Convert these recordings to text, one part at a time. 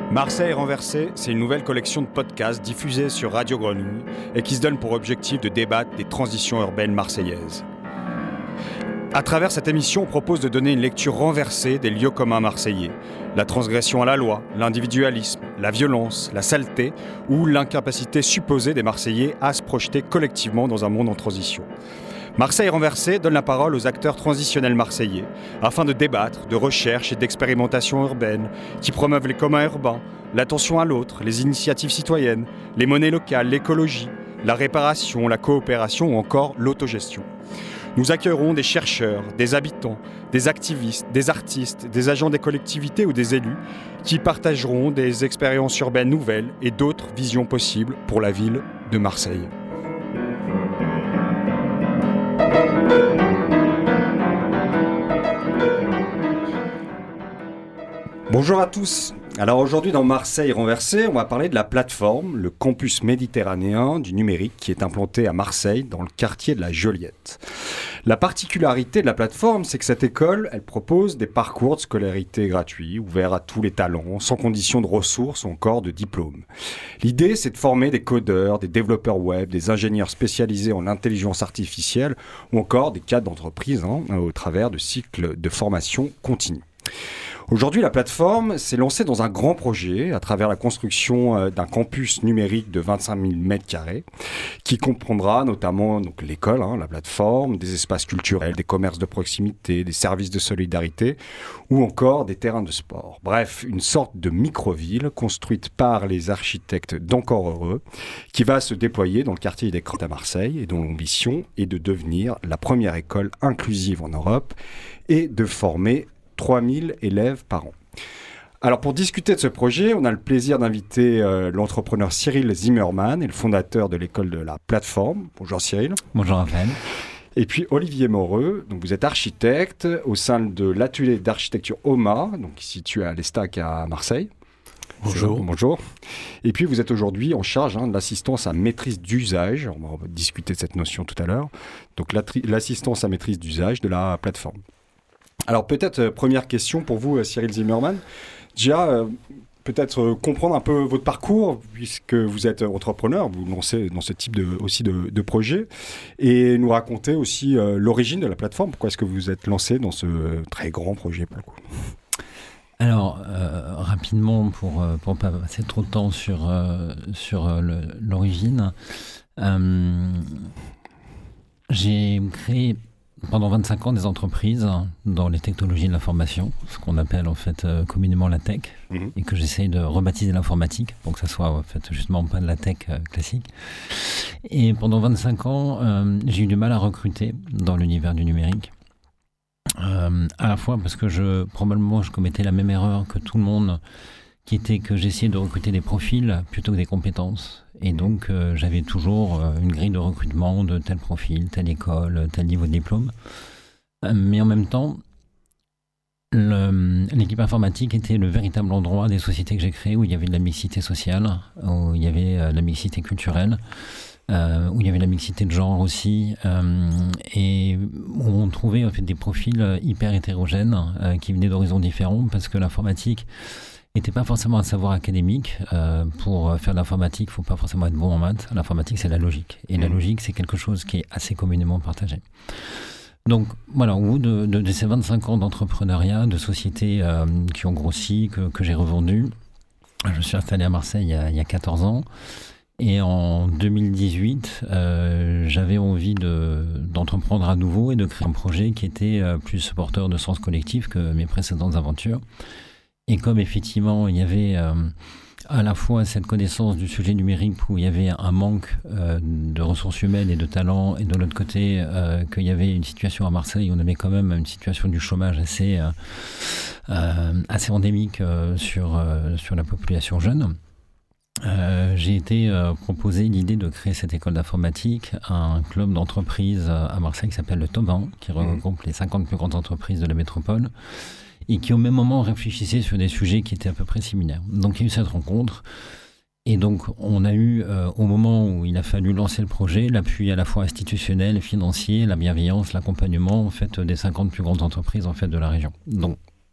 Marseille renversée, c'est une nouvelle collection de podcasts diffusés sur Radio Grenouille et qui se donne pour objectif de débattre des transitions urbaines marseillaises. À travers cette émission, on propose de donner une lecture renversée des lieux communs marseillais. La transgression à la loi, l'individualisme, la violence, la saleté ou l'incapacité supposée des Marseillais à se projeter collectivement dans un monde en transition. Marseille renversée donne la parole aux acteurs transitionnels marseillais afin de débattre de recherche et d'expérimentation urbaine qui promeuvent les communs urbains, l'attention à l'autre, les initiatives citoyennes, les monnaies locales, l'écologie, la réparation, la coopération ou encore l'autogestion. Nous accueillerons des chercheurs, des habitants, des activistes, des artistes, des agents des collectivités ou des élus qui partageront des expériences urbaines nouvelles et d'autres visions possibles pour la ville de Marseille. Bonjour à tous. Alors aujourd'hui dans Marseille renversée, on va parler de la plateforme, le campus méditerranéen du numérique qui est implanté à Marseille dans le quartier de la Joliette. La particularité de la plateforme, c'est que cette école, elle propose des parcours de scolarité gratuits, ouverts à tous les talents, sans condition de ressources ou encore de diplôme. L'idée, c'est de former des codeurs, des développeurs web, des ingénieurs spécialisés en intelligence artificielle ou encore des cadres d'entreprise au travers de cycles de formation continue. Aujourd'hui, la plateforme s'est lancée dans un grand projet à travers la construction d'un campus numérique de 25 000 m2 qui comprendra notamment donc, l'école, la plateforme, des espaces culturels, des commerces de proximité, des services de solidarité ou encore des terrains de sport. Bref, une sorte de micro-ville construite par les architectes d'Encore Heureux qui va se déployer dans le quartier des Crêtes à Marseille et dont l'ambition est de devenir la première école inclusive en Europe et de former 3000 élèves par an. Alors pour discuter de ce projet, on a le plaisir d'inviter l'entrepreneur Cyril Zimmermann et le fondateur de l'école de la plateforme. Bonjour Cyril. Bonjour Raphaël. Et puis Olivier Moreux, donc vous êtes architecte au sein de l'atelier d'architecture OMA, donc qui est situé à l'Estac à Marseille. Bonjour. Bonjour. Et puis vous êtes aujourd'hui en charge de l'assistance à maîtrise d'usage. On va discuter de cette notion tout à l'heure. Donc l'assistance à maîtrise d'usage de la plateforme. Alors peut-être première question pour vous, Cyril Zimmermann. Déjà, peut-être comprendre un peu votre parcours, puisque vous êtes entrepreneur, vous lancez dans ce type de projet, et nous raconter aussi l'origine de la plateforme. Pourquoi est-ce que vous êtes lancé dans ce très grand projet pour le coup ? Alors, rapidement, pour ne pas passer trop de temps sur l'origine, j'ai créé pendant 25 ans des entreprises dans les technologies de l'information, ce qu'on appelle en fait communément la tech, et que j'essaye de rebaptiser l'informatique pour que ça soit en fait justement pas de la tech classique. Et pendant 25 ans, j'ai eu du mal à recruter dans l'univers du numérique. À la fois parce que probablement je commettais la même erreur que tout le monde, qui était que j'essayais de recruter des profils plutôt que des compétences. Et donc, j'avais toujours une grille de recrutement de tel profil, telle école, tel niveau de diplôme. Mais en même temps, l'équipe informatique était le véritable endroit des sociétés que j'ai créées où il y avait de la mixité sociale, où il y avait de la mixité culturelle, où il y avait de la mixité de genre aussi, et où on trouvait en fait, des profils hyper hétérogènes qui venaient d'horizons différents, parce que l'informatique n'était pas forcément un savoir académique. Pour faire de l'informatique, il ne faut pas forcément être bon en maths. L'informatique, c'est la logique. Et la logique, c'est quelque chose qui est assez communément partagé. Donc, voilà, au bout de ces 25 ans d'entrepreneuriat, de sociétés qui ont grossi, que j'ai revendues, je suis installé à Marseille il y a 14 ans. Et en 2018, j'avais envie d'entreprendre à nouveau et de créer un projet qui était plus porteur de sens collectif que mes précédentes aventures. Et comme effectivement, il y avait à la fois cette connaissance du sujet numérique où il y avait un manque de ressources humaines et de talents, et de l'autre côté, qu'il y avait une situation à Marseille, on avait quand même une situation du chômage assez endémique sur la population jeune. J'ai été proposé l'idée de créer cette école d'informatique, un club d'entreprises à Marseille qui s'appelle le Top 20, qui regroupe les 50 plus grandes entreprises de la métropole, et qui au même moment réfléchissaient sur des sujets qui étaient à peu près similaires. Donc il y a eu cette rencontre, et donc on a eu, au moment où il a fallu lancer le projet, l'appui à la fois institutionnel, financier, la bienveillance, l'accompagnement en fait, des 50 plus grandes entreprises en fait, de la région. Donc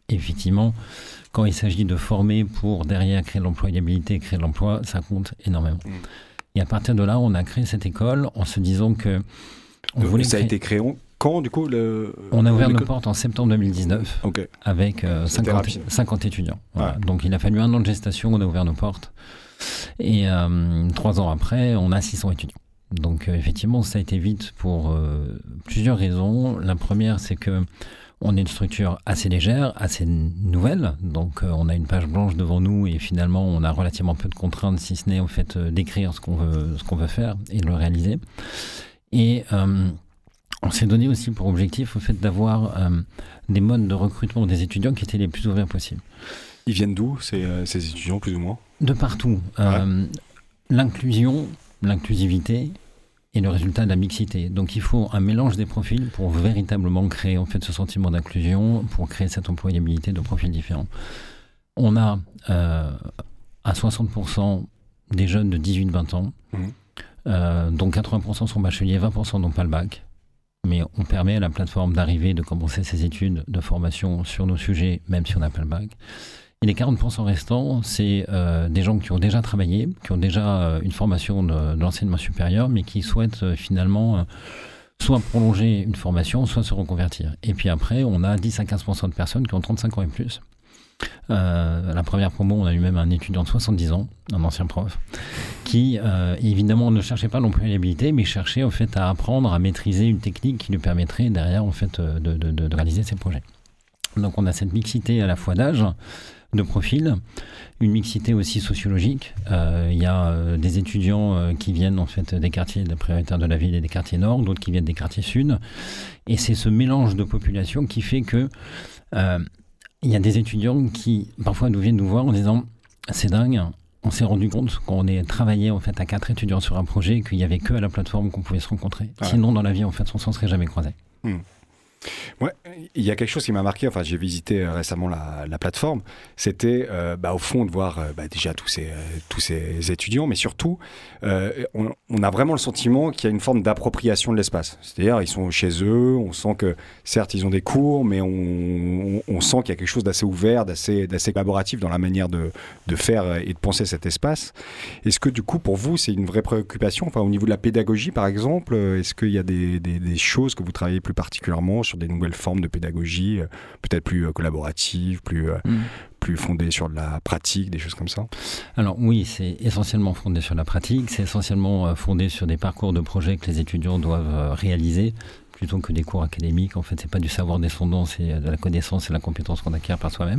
effectivement, quand il s'agit de former pour derrière créer de l'employabilité, créer de l'emploi, ça compte énormément. Et à partir de là, on a créé cette école en se disant que... Ça a été créé quand, du coup On a ouvert nos portes en septembre 2019 avec 50 étudiants. Voilà. Ouais. Donc il a fallu 1 an de gestation, on a ouvert nos portes. Et 3 ans après, on a 600 étudiants. Donc effectivement, ça a été vite pour plusieurs raisons. La première, c'est que on est une structure assez légère, assez nouvelle. Donc on a une page blanche devant nous et finalement, on a relativement peu de contraintes, si ce n'est au fait d'écrire ce qu'on veut faire et de le réaliser. Et on s'est donné aussi pour objectif au fait d'avoir des modes de recrutement des étudiants qui étaient les plus ouverts possibles. Ils viennent d'où, ces étudiants, plus ou moins ? De partout. L'inclusivité et le résultat de la mixité. Donc il faut un mélange des profils pour véritablement créer en fait ce sentiment d'inclusion, pour créer cette employabilité de profils différents. On a à 60% des jeunes de 18-20 ans, dont 80% sont bacheliers, 20% n'ont pas le bac. Mais on permet à la plateforme d'arriver, de commencer ses études de formation sur nos sujets, même si on n'a pas le bac. Et les 40% restants, c'est des gens qui ont déjà travaillé, qui ont déjà une formation de l'enseignement supérieur, mais qui souhaitent finalement soit prolonger une formation, soit se reconvertir. Et puis après, on a 10 à 15% de personnes qui ont 35 ans et plus. La première promo, on a eu même un étudiant de 70 ans, un ancien prof, qui évidemment ne cherchait pas l'employabilité, mais cherchait en fait à apprendre à maîtriser une technique qui lui permettrait derrière en fait de réaliser ses projets. Donc on a cette mixité à la fois d'âge, de profil, une mixité aussi sociologique. Il y a des étudiants qui viennent en fait des quartiers prioritaires de la ville et des quartiers nord, d'autres qui viennent des quartiers sud. Et c'est ce mélange de population qui fait que il y a des étudiants qui parfois viennent nous voir en disant « c'est dingue, on s'est rendu compte quand on est travaillé en fait à 4 étudiants sur un projet qu'il n'y avait que à la plateforme qu'on pouvait se rencontrer. Sinon dans la vie en fait on s'en serait jamais croisé. » Ouais, il y a quelque chose qui m'a marqué, enfin j'ai visité récemment la plateforme, c'était au fond de voir déjà tous ces étudiants, mais surtout on a vraiment le sentiment qu'il y a une forme d'appropriation de l'espace. C'est-à-dire ils sont chez eux, on sent que certes ils ont des cours, mais on sent qu'il y a quelque chose d'assez ouvert, d'assez collaboratif dans la manière de faire et de penser cet espace. Est-ce que du coup pour vous c'est une vraie préoccupation, enfin au niveau de la pédagogie par exemple, est-ce qu'il y a des choses que vous travaillez plus particulièrement sur des nouvelles formes de pédagogie, peut-être plus collaboratives, plus fondées sur de la pratique, des choses comme ça? Alors oui, c'est essentiellement fondé sur la pratique, c'est essentiellement fondé sur des parcours de projets que les étudiants doivent réaliser, plutôt que des cours académiques. En fait, c'est pas du savoir descendant, c'est de la connaissance et de la compétence qu'on acquiert par soi-même.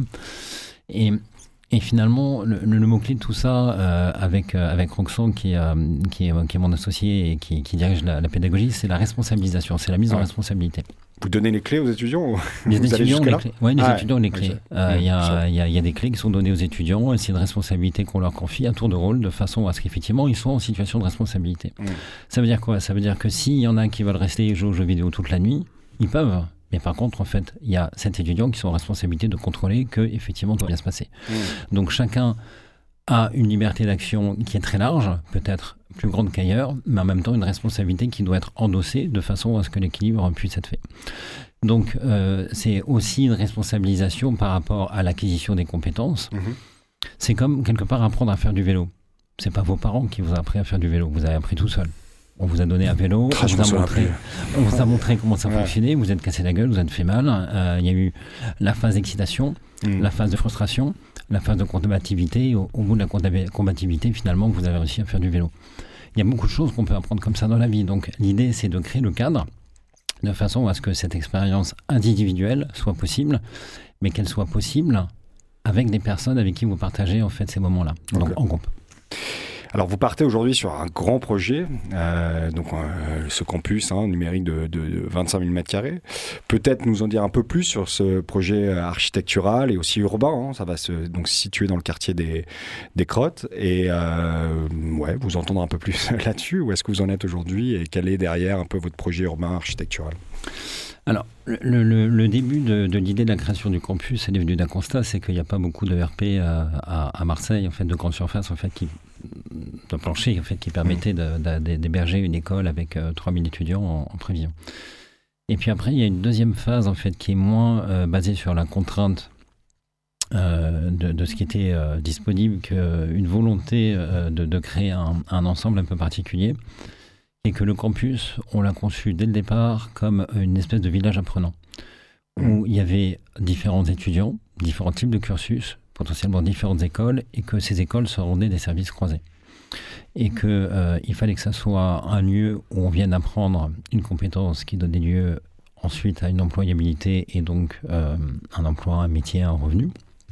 Et finalement, le mot-clé de tout ça, avec Roxane, qui est mon associé et qui dirige la pédagogie, c'est la responsabilisation, c'est la mise en responsabilité. Vous donnez les clés aux étudiants? Les étudiants ont les clés. Il y a des clés qui sont données aux étudiants, et c'est une responsabilité qu'on leur confie à tour de rôle, de façon à ce qu'effectivement, ils soient en situation de responsabilité. Ça veut dire quoi? Ça veut dire que s'il y en a qui veulent rester jouer aux jeux vidéo toute la nuit, ils peuvent. Mais par contre, en fait, il y a 7 étudiants qui sont en responsabilité de contrôler que effectivement tout va bien se passer. Donc chacun a une liberté d'action qui est très large, peut-être plus grande qu'ailleurs, mais en même temps une responsabilité qui doit être endossée de façon à ce que l'équilibre puisse être fait. Donc c'est aussi une responsabilisation par rapport à l'acquisition des compétences. C'est comme quelque part apprendre à faire du vélo. C'est pas vos parents qui vous ont appris à faire du vélo, vous avez appris tout seul. On vous a donné un vélo, on vous a montré comment ça fonctionnait, vous êtes cassé la gueule, vous êtes fait mal. Il y a eu la phase d'excitation, la phase de frustration, la phase de combativité. Au bout de la combativité, finalement, vous avez réussi à faire du vélo. Il y a beaucoup de choses qu'on peut apprendre comme ça dans la vie. Donc l'idée, c'est de créer le cadre de façon à ce que cette expérience individuelle soit possible, mais qu'elle soit possible avec des personnes avec qui vous partagez en fait ces moments-là, donc en groupe. Alors vous partez aujourd'hui sur un grand projet, ce campus numérique de 25 000 m². Peut-être nous en dire un peu plus sur ce projet architectural et aussi urbain. Ça va se situer dans le quartier des Crottes. Et vous entendre un peu plus là-dessus. Où est-ce que vous en êtes aujourd'hui et quel est derrière un peu votre projet urbain architectural? Alors, le début de l'idée de la création du campus est devenu d'un constat, c'est qu'il n'y a pas beaucoup de RP à Marseille, en fait, de grande surface, en fait, de plancher, en fait, qui permettait d'héberger une école avec 3000 étudiants en prévision. Et puis après, il y a une deuxième phase, en fait, qui est moins basée sur la contrainte de ce qui était disponible qu'une volonté de créer un ensemble un peu particulier, et que le campus, on l'a conçu dès le départ comme une espèce de village apprenant, où il y avait différents étudiants, différents types de cursus, potentiellement différentes écoles, et que ces écoles se rendaient des services croisés. Et qu'il fallait que ça soit un lieu où on vienne apprendre une compétence qui donnait lieu ensuite à une employabilité, et donc un emploi, un métier, un revenu.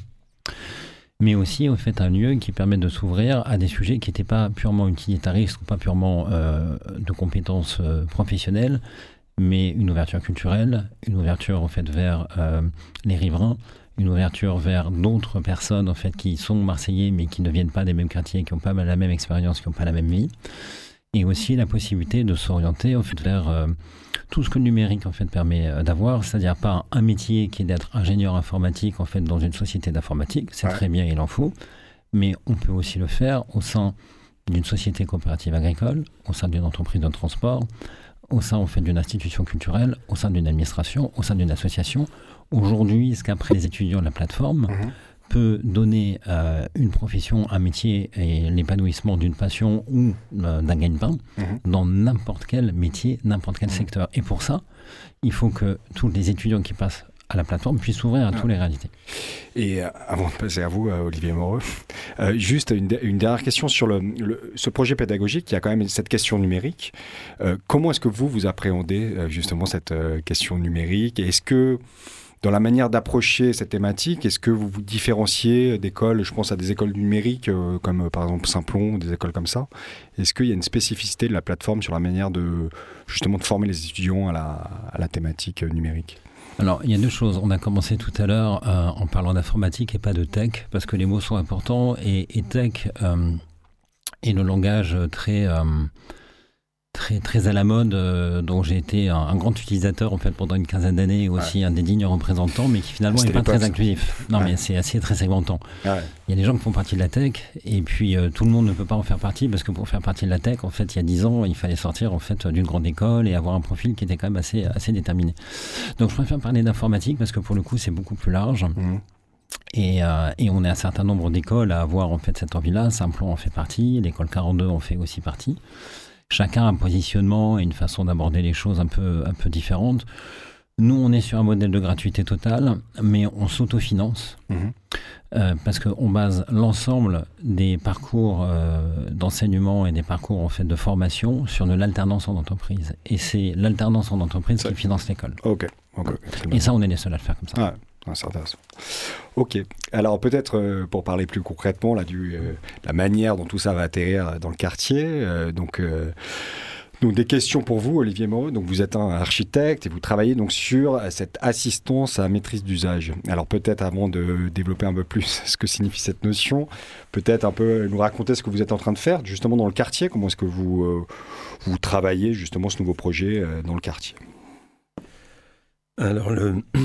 Mais aussi, en fait, un lieu qui permet de s'ouvrir à des sujets qui n'étaient pas purement utilitaristes ou pas purement de compétences professionnelles, mais une ouverture culturelle, une ouverture, en fait, vers les riverains, une ouverture vers d'autres personnes, en fait, qui sont Marseillais, mais qui ne viennent pas des mêmes quartiers, qui n'ont pas la même expérience, qui n'ont pas la même vie. Et aussi la possibilité de s'orienter, en fait, vers tout ce que le numérique, en fait, permet d'avoir, c'est-à-dire pas un métier qui est d'être ingénieur informatique, en fait, dans une société d'informatique, c'est très bien, il en faut, mais on peut aussi le faire au sein d'une société coopérative agricole, au sein d'une entreprise de transport, au sein, en fait, d'une institution culturelle, au sein d'une administration, au sein d'une association. Aujourd'hui, ce qu'après les étudiants de la plateforme peut donner une profession, un métier et l'épanouissement d'une passion ou d'un gagne-pain dans n'importe quel métier, n'importe quel secteur. Et pour ça, il faut que tous les étudiants qui passent à la plateforme puissent s'ouvrir à toutes les réalités. Et avant de passer à vous, Olivier Moreux, juste une dernière question sur ce projet pédagogique. Il y a quand même cette question numérique. Comment est-ce que vous appréhendez justement cette question numérique? Et est-ce que dans la manière d'approcher cette thématique, est-ce que vous vous différenciez d'écoles, je pense à des écoles numériques comme par exemple Saint-Plon, des écoles comme ça? Est-ce qu'il y a une spécificité de la plateforme sur la manière de former les étudiants à la thématique numérique? Alors, il y a deux choses. On a commencé tout à l'heure en parlant d'informatique et pas de tech, parce que les mots sont importants, et tech est le langage très à la mode, dont j'ai été un grand utilisateur en fait pendant une quinzaine d'années, et aussi un des dignes représentants, mais qui finalement n'est pas très inclusif. Non, mais c'est assez très segmentant. Il y a des gens qui font partie de la tech, et puis tout le monde ne peut pas en faire partie, parce que pour faire partie de la tech, en fait, il y a 10 ans, il fallait sortir en fait d'une grande école et avoir un profil qui était quand même assez déterminé. Donc je préfère parler d'informatique, parce que pour le coup, c'est beaucoup plus large. Et on est un certain nombre d'écoles à avoir en fait cette envie-là. Saint-Plon en fait partie, l'école 42 en fait aussi partie. Chacun a un positionnement et une façon d'aborder les choses un peu différentes. Nous, on est sur un modèle de gratuité totale, mais on s'autofinance parce qu'on base l'ensemble des parcours d'enseignement et des parcours en fait, de formation sur de l'alternance en entreprise. Et c'est l'alternance en entreprise qui finance l'école. Ok. Et ça, on est les seuls à le faire comme ça. C'est intéressant. Ok. Alors peut-être pour parler plus concrètement là, la manière dont tout ça va atterrir dans le quartier. Donc des questions pour vous, Olivier Moreux. Donc vous êtes un architecte et vous travaillez donc sur cette assistance à maîtrise d'usage. Alors peut-être avant de développer un peu plus ce que signifie cette notion, peut-être un peu nous raconter ce que vous êtes en train de faire justement dans le quartier. Comment est-ce que vous travaillez justement ce nouveau projet dans le quartier? Alors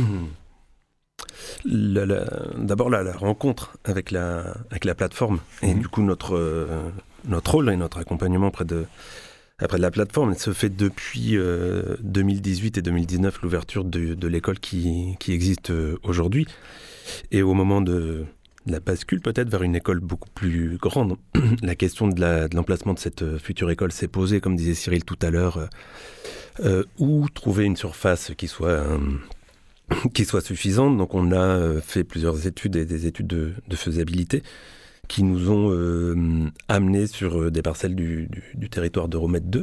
d'abord la rencontre avec la plateforme et du coup notre rôle et notre accompagnement auprès de la plateforme se fait depuis 2018 et 2019, l'ouverture de l'école qui existe aujourd'hui, et au moment de la bascule peut-être vers une école beaucoup plus grande, la question de l'emplacement de cette future école s'est posée, comme disait Cyril tout à l'heure, où trouver une surface qui soit suffisante. Donc on a fait plusieurs études et des études de faisabilité qui nous ont amenés sur des parcelles du territoire d'Euromède 2.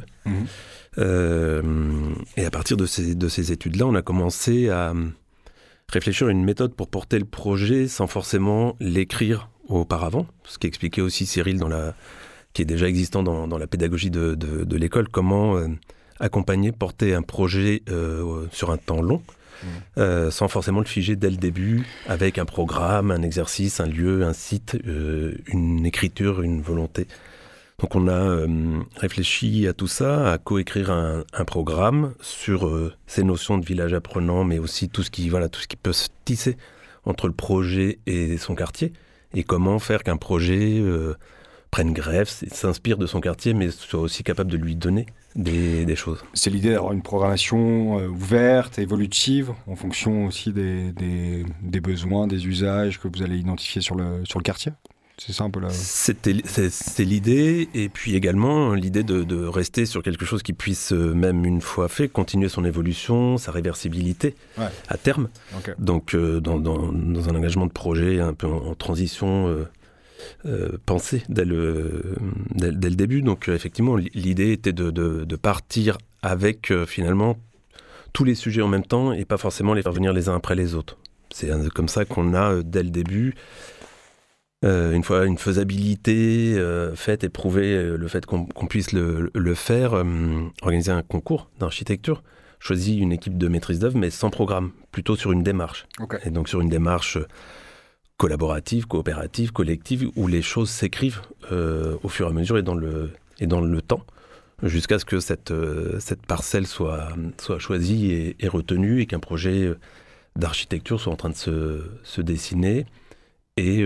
Et à partir de ces études-là, on a commencé à réfléchir à une méthode pour porter le projet sans forcément l'écrire auparavant, ce qui expliquait aussi Cyril qui est déjà existant dans la pédagogie de l'école, comment accompagner, porter un projet sur un temps long, sans forcément le figer dès le début, avec un programme, un exercice, un lieu, un site, une écriture, une volonté. Donc on a réfléchi à tout ça, à coécrire un programme sur ces notions de village apprenant, mais aussi tout ce qui peut se tisser entre le projet et son quartier, et comment faire qu'un projet prenne greffe, s'inspire de son quartier, mais soit aussi capable de lui donner des choses. C'est l'idée d'avoir une programmation ouverte, évolutive, en fonction aussi des besoins, des usages que vous allez identifier sur le quartier. C'est ça un peu C'est l'idée, et puis également l'idée de rester sur quelque chose qui puisse, même une fois fait, continuer son évolution, sa réversibilité à terme. Okay. Donc dans un engagement de projet un peu en transition pensée dès le début. Donc effectivement, l'idée était de partir avec finalement tous les sujets en même temps et pas forcément les faire venir les uns après les autres. C'est comme ça qu'on a dès le début une fois une faisabilité faite et prouvé le fait qu'on puisse le faire, organiser un concours d'architecture, choisi une équipe de maîtrise d'œuvre mais sans programme, plutôt sur une démarche. Okay. Et donc sur une démarche collaborative, coopérative, collective, où les choses s'écrivent au fur et à mesure et dans le temps, jusqu'à ce que cette parcelle soit choisie et retenue et qu'un projet d'architecture soit en train de se dessiner. Et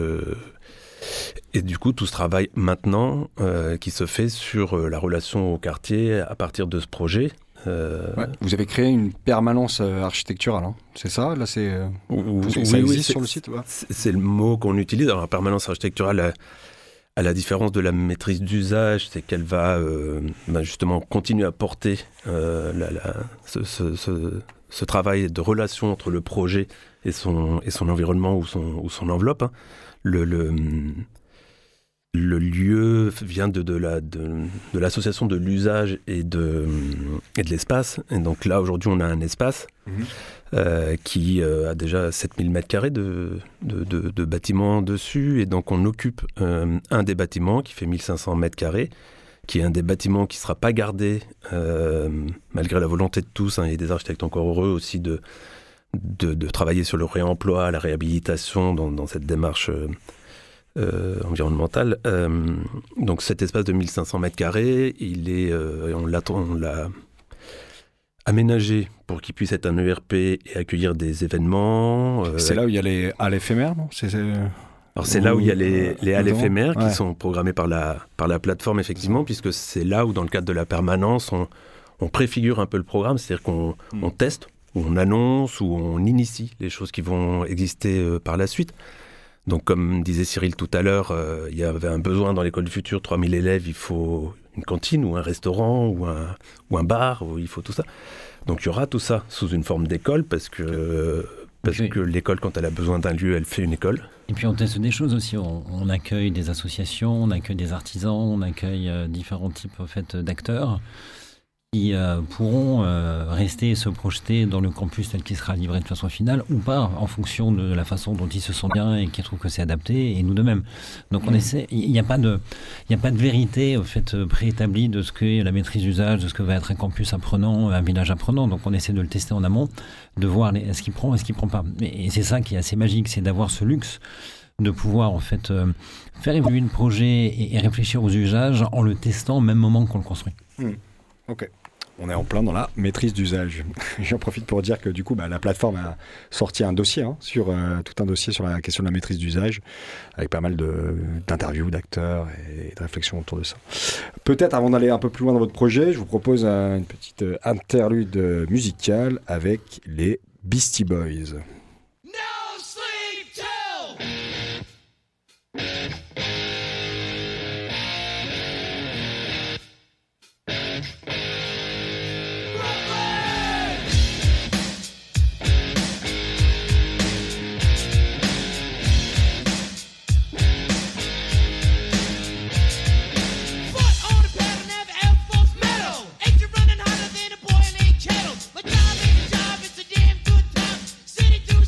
du coup, tout ce travail maintenant qui se fait sur la relation au quartier à partir de ce projet. Vous avez créé une permanence architecturale, hein, c'est ça? Là, ça existe sur le site? C'est le mot qu'on utilise. Alors, la permanence architecturale, à la différence de la maîtrise d'usage, c'est qu'elle va justement continuer à porter ce travail de relation entre le projet et son environnement ou son enveloppe. Hein. Le lieu vient de l'association de l'usage et de l'espace. Et donc là, aujourd'hui, on a un espace qui a déjà 7000 m² de bâtiments dessus. Et donc, on occupe un des bâtiments qui fait 1500 m², qui est un des bâtiments qui ne sera pas gardé, malgré la volonté de tous. Hein, il y a des architectes encore heureux aussi de travailler sur le réemploi, la réhabilitation dans cette démarche environnementale. Donc cet espace de 1500 m², on l'a aménagé pour qu'il puisse être un ERP et accueillir des événements. C'est là où il y a les halles éphémères, non? Alors c'est là où il y a les halles éphémères qui sont programmées par la plateforme, effectivement, puisque c'est là où, dans le cadre de la permanence, on préfigure un peu le programme, c'est-à-dire qu'on teste, où on annonce, où on initie les choses qui vont exister par la suite. Donc, comme disait Cyril tout à l'heure, il y avait un besoin dans l'école du futur, 3000 élèves, il faut une cantine ou un restaurant ou un bar, il faut tout ça. Donc, il y aura tout ça sous une forme d'école, parce que l'école, quand elle a besoin d'un lieu, elle fait une école. Et puis on teste des choses aussi, on accueille des associations, on accueille des artisans, on accueille différents types d'acteurs qui pourront rester et se projeter dans le campus tel qu'il sera livré de façon finale ou pas, en fonction de la façon dont ils se sentent bien et qu'ils trouvent que c'est adapté, et nous de même. Donc on essaie, il n'y a pas de vérité au fait préétablie de ce qu'est la maîtrise d'usage, de ce que va être un campus apprenant, un village apprenant. Donc on essaie de le tester en amont, de voir ce qu'il prend et ce qu'il ne prend pas. Et c'est ça qui est assez magique, c'est d'avoir ce luxe de pouvoir en fait faire évoluer le projet et réfléchir aux usages en le testant au même moment qu'on le construit. Ok. On est en plein dans la maîtrise d'usage. J'en profite pour dire que du coup, la plateforme a sorti un dossier, tout un dossier sur la question de la maîtrise d'usage, avec pas mal d'interviews, d'acteurs et de réflexions autour de ça. Peut-être avant d'aller un peu plus loin dans votre projet, je vous propose une petite interlude musicale avec les Beastie Boys. City to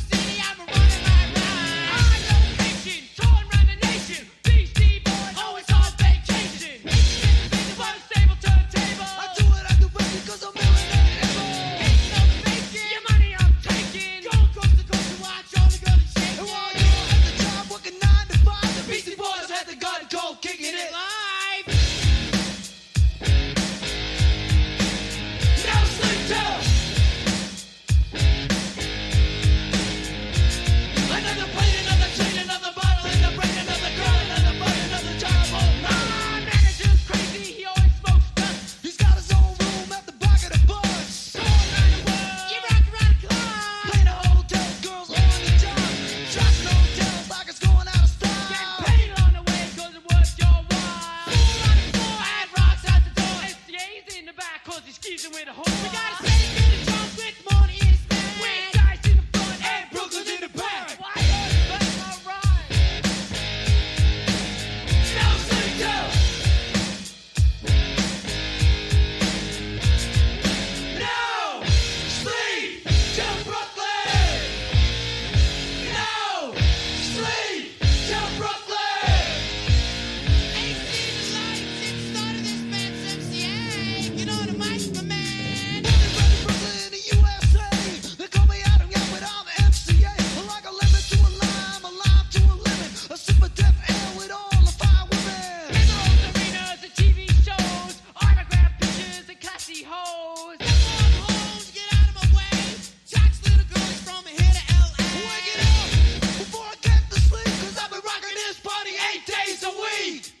8 days a week.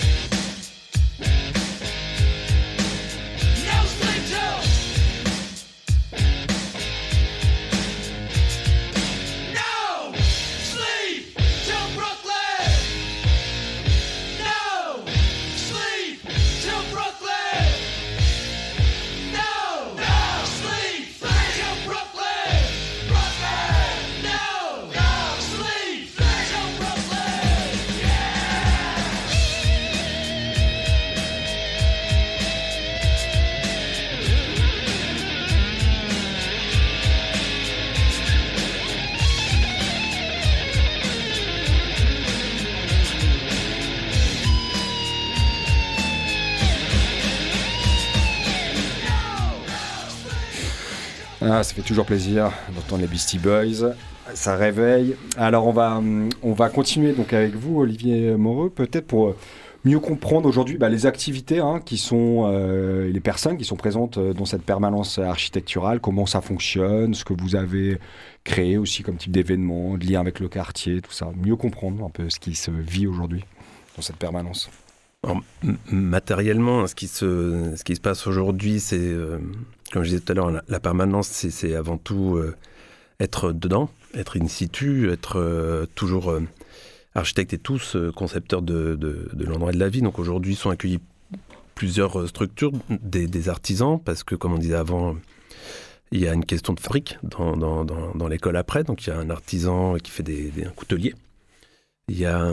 No sleep till. No sleep till Brooklyn. No sleep till Brooklyn. No sleep till Brooklyn. Brooklyn. No sleep till Brooklyn. Ah, ça fait toujours plaisir d'entendre les Beastie Boys. Ça réveille. Alors on va continuer donc avec vous, Olivier Moreux, peut-être pour mieux comprendre aujourd'hui les activités qui sont les personnes qui sont présentes dans cette permanence architecturale, comment ça fonctionne, ce que vous avez créé aussi comme type d'événement, de lien avec le quartier, tout ça. Mieux comprendre un peu ce qui se vit aujourd'hui dans cette permanence. Alors, matériellement, ce qui se passe aujourd'hui, c'est, comme je disais tout à l'heure, la permanence, c'est avant tout être dedans, être in situ, être toujours architectes et tous concepteurs de l'endroit et de la vie. Donc aujourd'hui, sont accueillis plusieurs structures, des artisans, parce que, comme on disait avant, il y a une question de fabrique dans l'école après. Donc il y a un artisan qui fait un coutelier. Il y a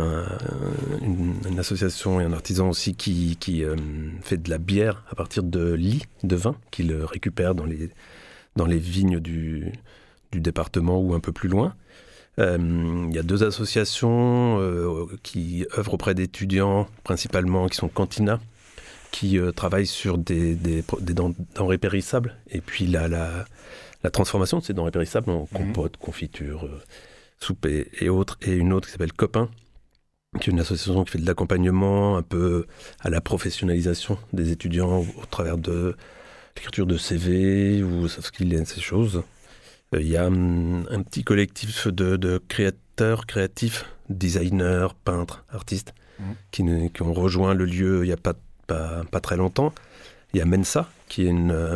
une association et un artisan aussi qui fait de la bière à partir de lits de vin qu'il récupère dans les vignes du département ou un peu plus loin. Il y a 2 associations qui œuvrent auprès d'étudiants, principalement, qui sont Cantina, qui travaillent sur des denrées périssables. Et puis la transformation de ces denrées périssables en compote, confiture, soupe et autres, et une autre qui s'appelle Copain, qui est une association qui fait de l'accompagnement un peu à la professionnalisation des étudiants au travers de l'écriture de CV ou soft skills et ces choses. Il y a un petit collectif de créateurs, créatifs, designers, peintres, artistes qui ont rejoint le lieu il n'y a pas très longtemps. Il y a Mensa, qui est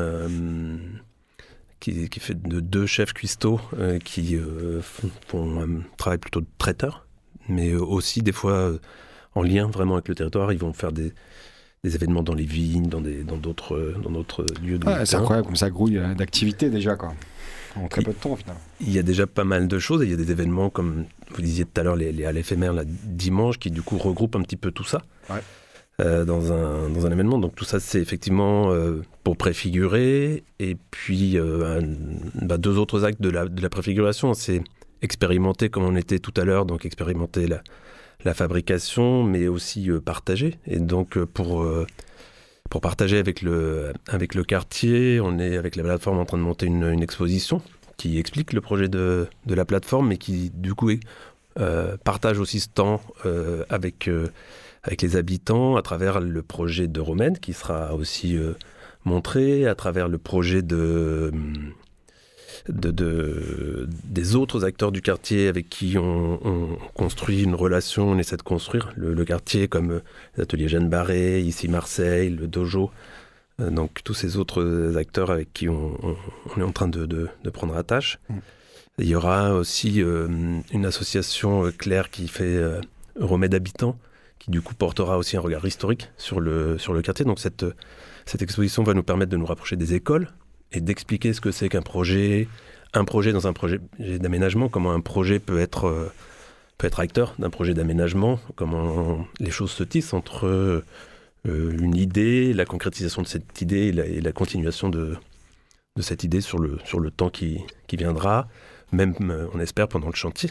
qui fait de 2 chefs cuistots qui font un travail plutôt de traiteur, mais aussi des fois en lien vraiment avec le territoire. Ils vont faire des événements dans les vignes, dans d'autres lieux de c'est incroyable comme ça grouille d'activités déjà, quoi. En très peu de temps, finalement. Il y a déjà pas mal de choses. Il y a des événements, comme vous disiez tout à l'heure, les halles éphémères, dimanche, qui du coup regroupent un petit peu tout ça. Ouais. Dans un événement. Donc tout ça, c'est effectivement pour préfigurer. Et puis, 2 autres actes de la préfiguration, c'est expérimenter comme on était tout à l'heure, donc expérimenter la fabrication, mais aussi partager. Et donc, pour partager avec le quartier, on est avec la plateforme en train de monter une exposition qui explique le projet de la plateforme, mais qui, du coup, partage aussi ce temps avec les habitants, à travers le projet de Romaine, qui sera aussi montré, à travers le projet des autres acteurs du quartier avec qui on construit une relation, on essaie de construire le quartier, comme les ateliers Jeanne Barré, ici Marseille, le dojo, donc tous ces autres acteurs avec qui on est en train de prendre attache. Il y aura aussi une association Claire qui fait Remède Habitants, qui du coup portera aussi un regard historique sur le quartier. Donc cette exposition va nous permettre de nous rapprocher des écoles et d'expliquer ce que c'est qu'un projet, dans un projet d'aménagement, comment un projet peut être acteur d'un projet d'aménagement, comment les choses se tissent entre une idée, la concrétisation de cette idée et la continuation de cette idée sur le temps qui viendra, même on espère pendant le chantier.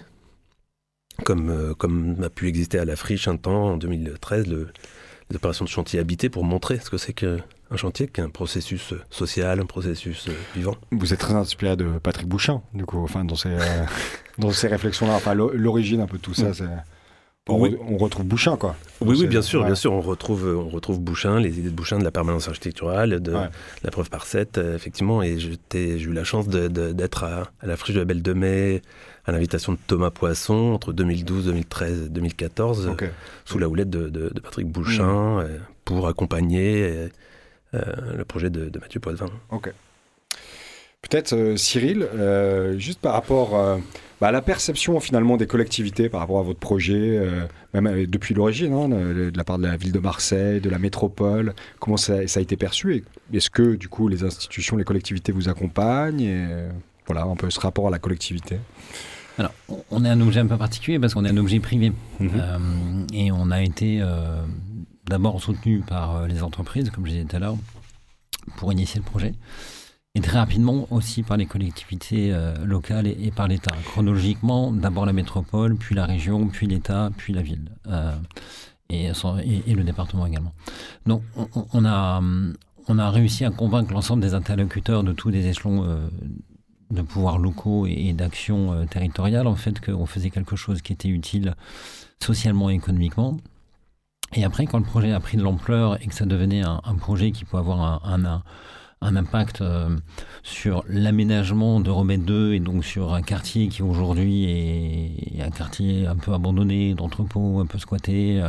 Comme a pu exister à la Friche un temps, en 2013, les opérations de chantier habité pour montrer ce que c'est qu'un chantier, qu'un processus social, un processus vivant. Vous êtes très inspiré de Patrick Bouchain, du coup, dans ces réflexions-là. Enfin, l'origine un peu de tout ça, c'est On retrouve Bouchain, quoi. Oui, bien sûr. On retrouve Bouchain, les idées de Bouchain, de la permanence architecturale, de la preuve par 7, effectivement. Et j'ai eu la chance d'être à la Friche de la Belle de Mai, à l'invitation de Thomas Poisson, entre 2012, 2013 et 2014, sous la houlette de Patrick Bouchain, pour accompagner le projet de Mathieu Poitvin. Ok. Peut-être, Cyril, juste par rapport à la perception finalement des collectivités par rapport à votre projet, même depuis l'origine, de la part de la ville de Marseille, de la métropole, comment ça a été perçu et est-ce que du coup les institutions, les collectivités vous accompagnent et, voilà, un peu ce rapport à la collectivité. Alors, on est un objet un peu particulier parce qu'on est un objet privé et on a été d'abord soutenu par les entreprises, comme je disais tout à l'heure, pour initier le projet. Et très rapidement aussi par les collectivités locales et par l'État. Chronologiquement, d'abord la métropole, puis la région, puis l'État, puis la ville. Et le département également. Donc on a réussi à convaincre l'ensemble des interlocuteurs de tous les échelons de pouvoirs locaux et d'action territoriale, en fait, qu'on faisait quelque chose qui était utile socialement et économiquement. Et après, quand le projet a pris de l'ampleur et que ça devenait un projet qui peut avoir un impact sur l'aménagement de Remède 2 et donc sur un quartier qui aujourd'hui est un quartier un peu abandonné, d'entrepôts, un peu squatté,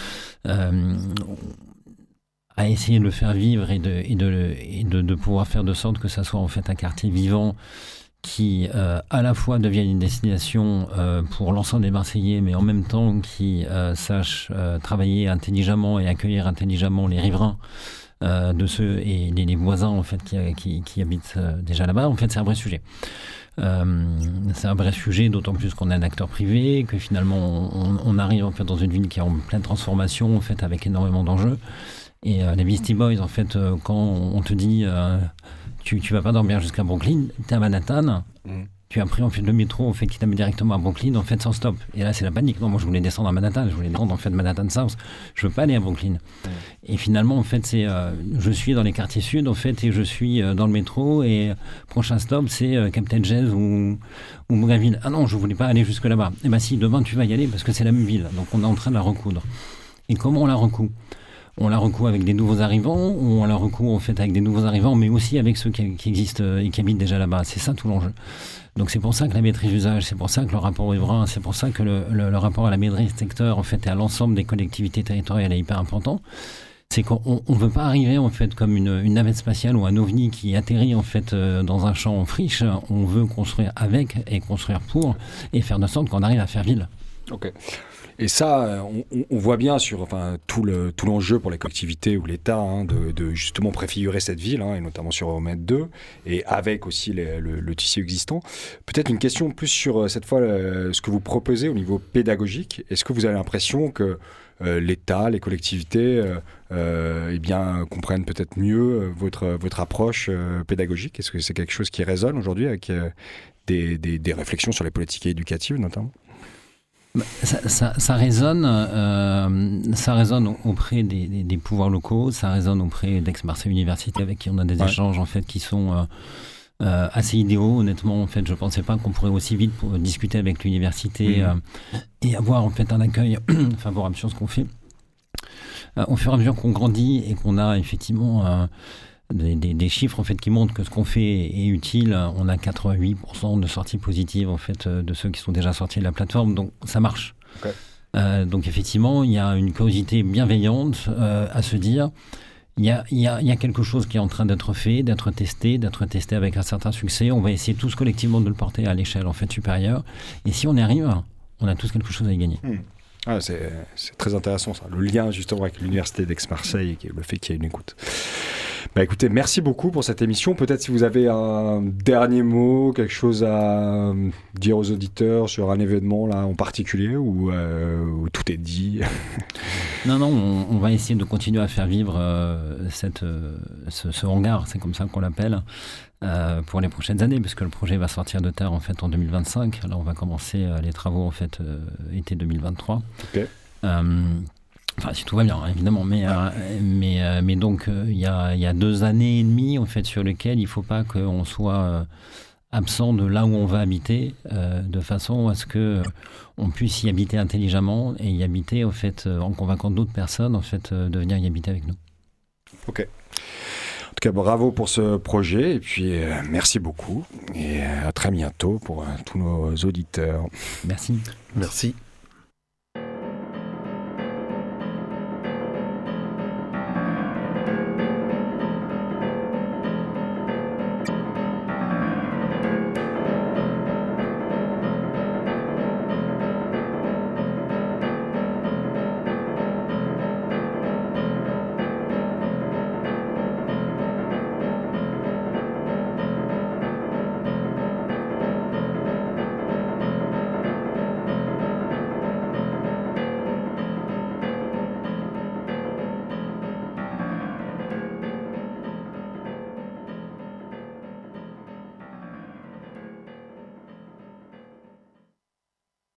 à essayer de le faire vivre et de pouvoir faire de sorte que ça soit en fait un quartier vivant qui à la fois devienne une destination pour l'ensemble des Marseillais, mais en même temps qui sache travailler intelligemment et accueillir intelligemment les riverains de ceux et les voisins en fait qui habitent déjà là-bas. En fait, c'est un vrai sujet. C'est un vrai sujet, d'autant plus qu'on est un acteur privé, que finalement on arrive en fait dans une ville qui est en pleine transformation en fait avec énormément d'enjeux. Et les Beastie Boys, en fait, quand on te dit tu vas pas dormir jusqu'à Brooklyn, t'es à Manhattan. Tu as pris en fait le métro en fait, qui t'amène directement à Brooklyn en fait sans stop. Et là c'est la panique. Non, moi je voulais descendre à Manhattan, je voulais descendre en fait Manhattan South. Je veux pas aller à Brooklyn. Et finalement en fait c'est je suis dans les quartiers sud en fait et je suis dans le métro et prochain stop c'est Captain Jazz ou Bougainville. Ah non, je voulais pas aller jusque là-bas. Et ben si, demain tu vas y aller parce que c'est la même ville. Donc on est en train de la recoudre. Et comment on la recoud ? On la recoud avec des nouveaux arrivants, ou on la recoud en fait avec des nouveaux arrivants, mais aussi avec ceux qui existent et qui habitent déjà là-bas. C'est ça tout l'enjeu. Donc c'est pour ça que la maîtrise d'usage, c'est pour ça que le rapport au riverain, c'est pour ça que le rapport à la maîtrise secteur en fait et à l'ensemble des collectivités territoriales est hyper important. C'est qu'on ne veut pas arriver en fait comme une navette spatiale ou un ovni qui atterrit en fait dans un champ en friche. On veut construire avec et construire pour et faire de sorte qu'on arrive à faire ville. Ok. Et ça, on voit bien sur tout l'enjeu pour les collectivités ou l'État de justement préfigurer cette ville, et notamment sur Remède 2, et avec aussi le tissu existant. Peut-être une question plus sur cette fois ce que vous proposez au niveau pédagogique. Est-ce que vous avez l'impression que l'État, les collectivités comprennent peut-être mieux votre approche pédagogique ? Est-ce que c'est quelque chose qui résonne aujourd'hui avec des réflexions sur les politiques éducatives notamment ? Ça résonne auprès des pouvoirs locaux, ça résonne auprès d'Aix-Marseille Université avec qui on a des échanges en fait qui sont assez idéaux. Honnêtement, en fait, je pensais pas qu'on pourrait aussi vite pour discuter avec l'université et avoir en fait un accueil favorable sur ce qu'on fait. Au fur et à mesure qu'on grandit et qu'on a effectivement des chiffres en fait qui montrent que ce qu'on fait est utile. On a 88% de sorties positives en fait de ceux qui sont déjà sortis de la plateforme, donc ça marche. Okay. Donc effectivement, il y a une curiosité bienveillante à se dire il y a quelque chose qui est en train d'être fait, d'être testé avec un certain succès. On va essayer tous collectivement de le porter à l'échelle en fait supérieure. Et si on y arrive, on a tous quelque chose à y gagner. Ah, c'est très intéressant ça, le lien justement avec l'université d'Aix-Marseille et le fait qu'il y ait une écoute. Écoutez, merci beaucoup pour cette émission. Peut-être si vous avez un dernier mot, quelque chose à dire aux auditeurs sur un événement là en particulier ou tout est dit. Non, on va essayer de continuer à faire vivre ce hangar, c'est comme ça qu'on l'appelle, pour les prochaines années, parce que le projet va sortir de terre en fait en 2025. Là, on va commencer les travaux en fait été 2023. Ok. Si tout va bien, évidemment, mais donc il y a 2 années et demie en fait sur lesquelles il ne faut pas qu'on soit absent de là où on va habiter, de façon à ce que on puisse y habiter intelligemment et y habiter, au fait, en convaincant d'autres personnes, en fait, de venir y habiter avec nous. Ok. En tout cas, bravo pour ce projet et puis merci beaucoup et à très bientôt pour tous nos auditeurs. Merci. Merci.